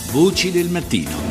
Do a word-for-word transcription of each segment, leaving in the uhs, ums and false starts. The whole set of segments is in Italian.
Voci del mattino.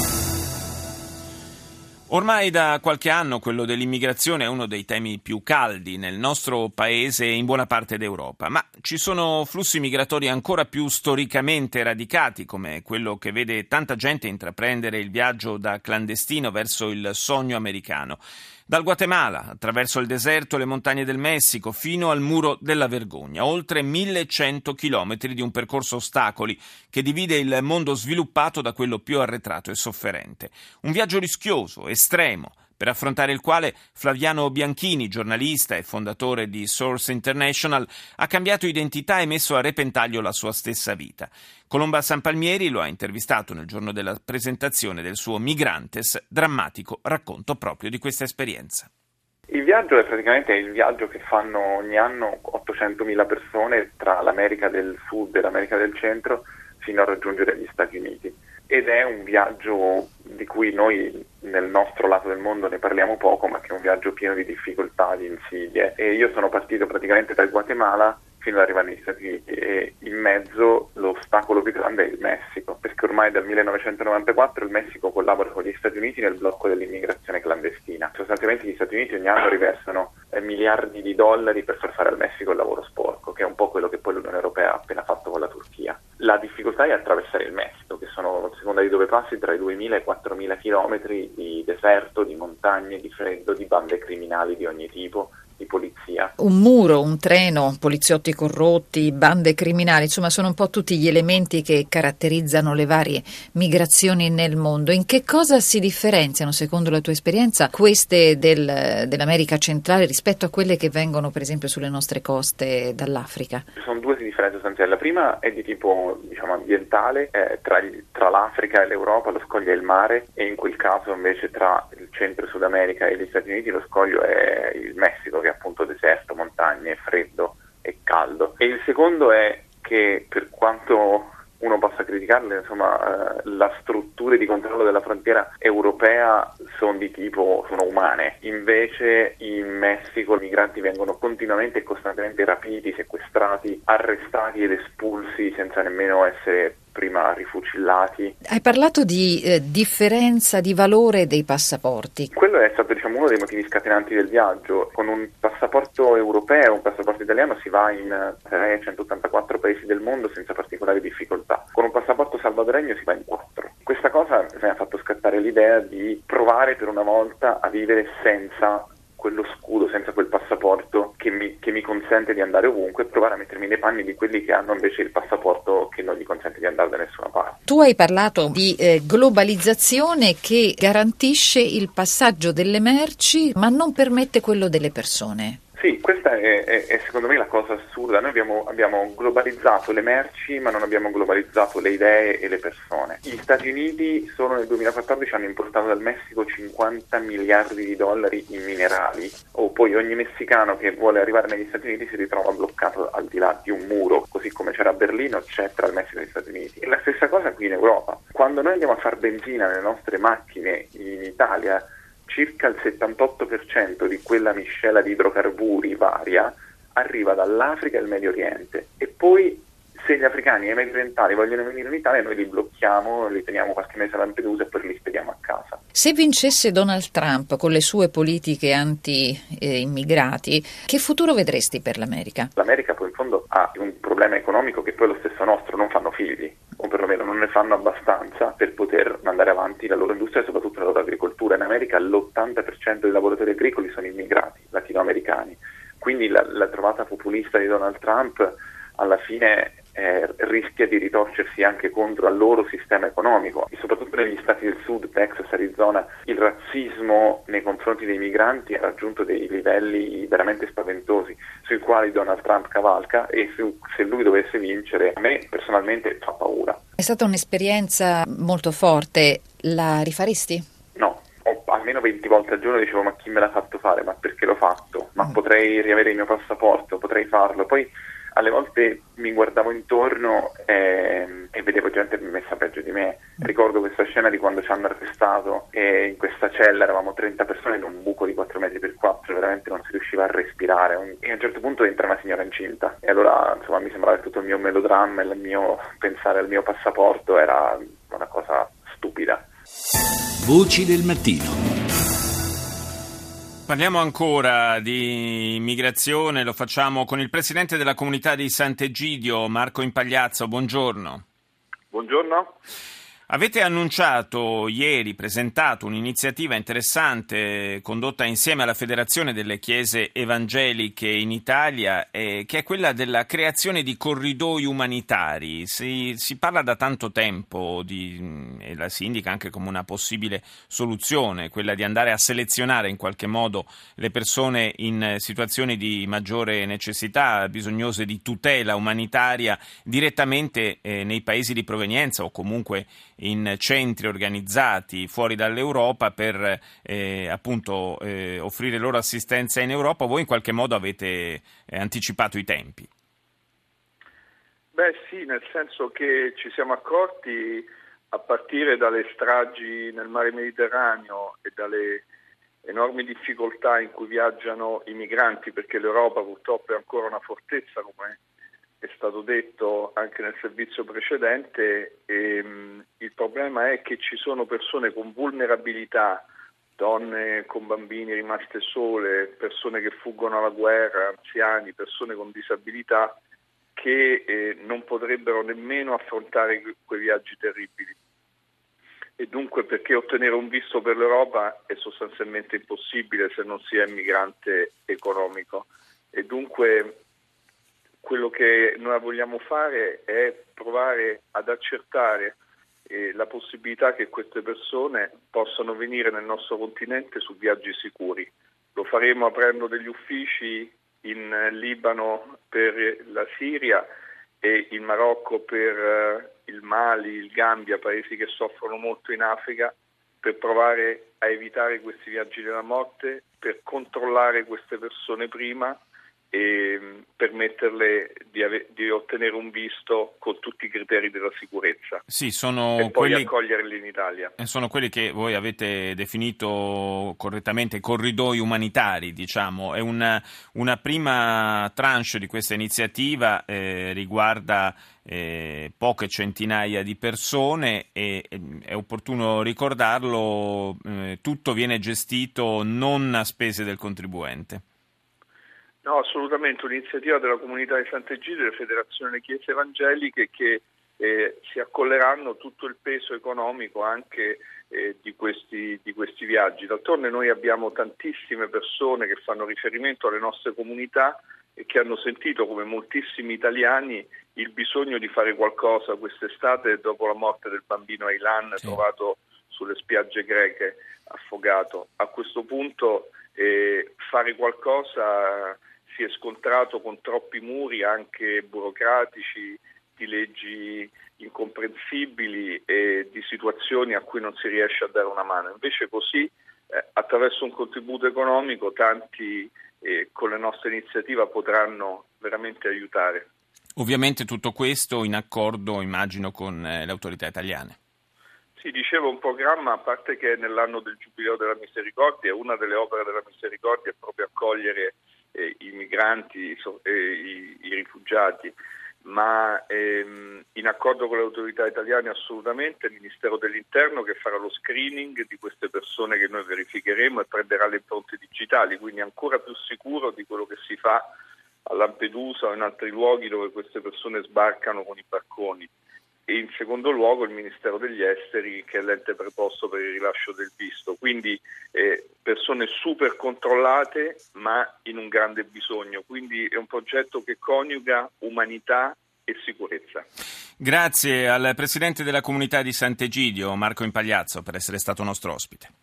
Ormai da qualche anno quello dell'immigrazione è uno dei temi più caldi nel nostro paese e in buona parte d'Europa, ma ci sono flussi migratori ancora più storicamente radicati, come quello che vede tanta gente intraprendere il viaggio da clandestino verso il sogno americano. Dal Guatemala, attraverso il deserto e le montagne del Messico, fino al muro della vergogna, oltre millecento chilometri di un percorso ostacoli che divide il mondo sviluppato da quello più arretrato e sofferente. Un viaggio rischioso, estremo, per affrontare il quale Flaviano Bianchini, giornalista e fondatore di Source International, ha cambiato identità e messo a repentaglio la sua stessa vita. Colomba Sanpalmieri lo ha intervistato nel giorno della presentazione del suo Migrantes, drammatico racconto proprio di questa esperienza. Il viaggio è praticamente il viaggio che fanno ogni anno ottocentomila persone tra l'America del Sud e l'America del Centro fino a raggiungere gli Stati Uniti. Ed è un viaggio di cui noi nel nostro lato del mondo ne parliamo poco, ma che è un viaggio pieno di difficoltà, di insidie. E io sono partito praticamente dal Guatemala fino ad arrivare negli Stati Uniti e in mezzo l'ostacolo più grande è il Messico, perché ormai dal millenovecentonovantaquattro il Messico collabora con gli Stati Uniti nel blocco dell'immigrazione clandestina. Sostanzialmente gli Stati Uniti ogni anno riversano eh, miliardi di dollari per far fare al Messico il lavoro sporco, che è un po' quello che poi l'Unione Europea ha appena fatto con la Turchia. La difficoltà è attraversare il Messico, che sono, a seconda di dove passi, tra i duemila e i quattromila chilometri di deserto, di montagne, di freddo, di bande criminali di ogni tipo, di polizia. Un muro, un treno, poliziotti corrotti, bande criminali, insomma sono un po' tutti gli elementi che caratterizzano le varie migrazioni nel mondo. In che cosa si differenziano, secondo la tua esperienza, queste del, dell'America centrale rispetto a quelle che vengono per esempio sulle nostre coste dall'Africa? Ci sono due differenze sostanziali. La prima è di tipo diciamo ambientale, eh, tra, il, tra l'Africa e l'Europa lo scoglio è il mare, e in quel caso invece tra il centro e Sud America e gli Stati Uniti lo scoglio è il Messico, che è appunto deserto, montagne, freddo e caldo. E il secondo è che, per quanto uno possa criticarle, insomma, eh, le strutture di controllo della frontiera europea sono di tipo, sono umane. Invece in Messico i migranti vengono continuamente e costantemente rapiti, sequestrati, arrestati ed espulsi senza nemmeno essere prima rifucillati. Hai parlato di eh, differenza di valore dei passaporti. Quello è stato diciamo uno dei motivi scatenanti del viaggio. Con un passaporto europeo, un passaporto italiano si va in centottantaquattro paesi del mondo senza particolari difficoltà. Con un passaporto salvadoregno si va in quattro. Questa cosa mi ha fatto scattare l'idea di provare per una volta a vivere senza quello scudo, senza quel passaporto che mi, che mi consente di andare ovunque, e provare a mettermi nei panni di quelli che hanno invece il passaporto che non gli consente di andare da nessuna parte. Tu hai parlato di eh, globalizzazione che garantisce il passaggio delle merci ma non permette quello delle persone. Sì, questa è, è, è secondo me la cosa assurda. Noi abbiamo, abbiamo globalizzato le merci ma non abbiamo globalizzato le idee e le persone. Gli Stati Uniti solo nel duemilaquattordici hanno importato dal Messico cinquanta miliardi di dollari in minerali, o poi ogni messicano che vuole arrivare negli Stati Uniti si ritrova bloccato al di là di un muro, così come c'era a Berlino c'è tra il Messico e gli Stati Uniti. E la stessa cosa qui in Europa. Quando noi andiamo a far benzina nelle nostre macchine in Italia, circa il settantotto per cento di quella miscela di idrocarburi varia arriva dall'Africa e dal Medio Oriente, e poi se gli africani e i medio orientali vogliono venire in Italia noi li blocchiamo, li teniamo qualche mese a Lampedusa e poi li spediamo a casa. Se vincesse Donald Trump con le sue politiche anti-immigrati, che futuro vedresti per l'America? L'America poi in fondo ha un problema economico che poi è lo stesso nostro, non fanno figli, o perlomeno non ne fanno abbastanza per poter mandare avanti la loro industria e soprattutto la loro agricoltura. In America l'ottanta per cento dei lavoratori agricoli sono immigrati latinoamericani, quindi la, la trovata populista di Donald Trump alla fine eh, rischia di ritorcersi anche contro il loro sistema economico, e soprattutto negli stati del sud, Texas, Arizona, il razzismo nei confronti dei migranti ha raggiunto dei livelli veramente spaventosi, sui quali Donald Trump cavalca, e su, se lui dovesse vincere, a me personalmente fa paura. È stata un'esperienza molto forte, la rifaresti? No, ho almeno venti volte al giorno dicevo ma chi me l'ha fatto fare, ma perché l'ho fatto, ma mm. potrei riavere il mio passaporto, potrei farlo. Poi alle volte mi guardavo intorno e, e vedevo gente messa peggio di me. Ricordo questa scena di quando ci hanno arrestato e in questa cella eravamo trenta persone in un buco di quattro metri per quattro, veramente non si riusciva a respirare, e a un certo punto entra una signora incinta e allora insomma mi sembrava che tutto il mio melodramma e il mio pensare al mio passaporto era una cosa stupida. Voci del mattino. Parliamo ancora di immigrazione, lo facciamo con il presidente della comunità di Sant'Egidio, Marco Impagliazzo. Buongiorno. Buongiorno. Avete annunciato ieri, presentato un'iniziativa interessante condotta insieme alla Federazione delle Chiese Evangeliche in Italia, eh, che è quella della creazione di corridoi umanitari. Si, si parla da tanto tempo di, e la si indica anche come una possibile soluzione, quella di andare a selezionare in qualche modo le persone in situazioni di maggiore necessità, bisognose di tutela umanitaria, direttamente eh, nei paesi di provenienza o comunque in centri organizzati fuori dall'Europa per eh, appunto eh, offrire loro assistenza in Europa. Voi in qualche modo avete eh, anticipato i tempi? Beh sì, nel senso che ci siamo accorti a partire dalle stragi nel mare Mediterraneo e dalle enormi difficoltà in cui viaggiano i migranti, perché l'Europa purtroppo è ancora una fortezza, come è stato detto anche nel servizio precedente, e mh, il problema è che ci sono persone con vulnerabilità, donne con bambini rimaste sole, persone che fuggono alla guerra, anziani, persone con disabilità che eh, non potrebbero nemmeno affrontare que- quei viaggi terribili. E dunque perché ottenere un visto per l'Europa è sostanzialmente impossibile se non si è migrante economico. E dunque quello che noi vogliamo fare è provare ad accertare eh, la possibilità che queste persone possano venire nel nostro continente su viaggi sicuri. Lo faremo aprendo degli uffici in eh, Libano per la Siria e in Marocco per eh, il Mali, il Gambia, paesi che soffrono molto in Africa, per provare a evitare questi viaggi della morte, per controllare queste persone prima e permetterle di, ave- di ottenere un visto con tutti i criteri della sicurezza. Sì, sono e poi quelli, accoglierli in Italia. Sono quelli che voi avete definito correttamente corridoi umanitari, diciamo. È una, una prima tranche di questa iniziativa, eh, riguarda eh, poche centinaia di persone e eh, è opportuno ricordarlo, eh, tutto viene gestito non a spese del contribuente. No, assolutamente, un'iniziativa della comunità di Sant'Egidio e della Federazione delle Chiese Evangeliche che eh, si accolleranno tutto il peso economico anche eh, di questi, di questi viaggi. D'altronde noi abbiamo tantissime persone che fanno riferimento alle nostre comunità e che hanno sentito, come moltissimi italiani, il bisogno di fare qualcosa quest'estate dopo la morte del bambino Aylan, sì, trovato sulle spiagge greche affogato. A questo punto eh, fare qualcosa si è scontrato con troppi muri anche burocratici, di leggi incomprensibili e di situazioni a cui non si riesce a dare una mano. Invece così, eh, attraverso un contributo economico, tanti eh, con la nostra iniziativa potranno veramente aiutare. Ovviamente tutto questo in accordo, immagino, con eh, le autorità italiane. Sì, dicevo, un programma, a parte che nell'anno del Giubileo della Misericordia, una delle opere della Misericordia è proprio accogliere eh, i migranti, eh, i, i rifugiati, ma ehm, in accordo con le autorità italiane assolutamente, il Ministero dell'Interno che farà lo screening di queste persone che noi verificheremo e prenderà le impronte digitali, quindi ancora più sicuro di quello che si fa a Lampedusa o in altri luoghi dove queste persone sbarcano con i barconi. E in secondo luogo il Ministero degli Esteri, che è l'ente preposto per il rilascio del visto. Quindi eh, persone super controllate ma in un grande bisogno. Quindi è un progetto che coniuga umanità e sicurezza. Grazie al Presidente della Comunità di Sant'Egidio, Marco Impagliazzo, per essere stato nostro ospite.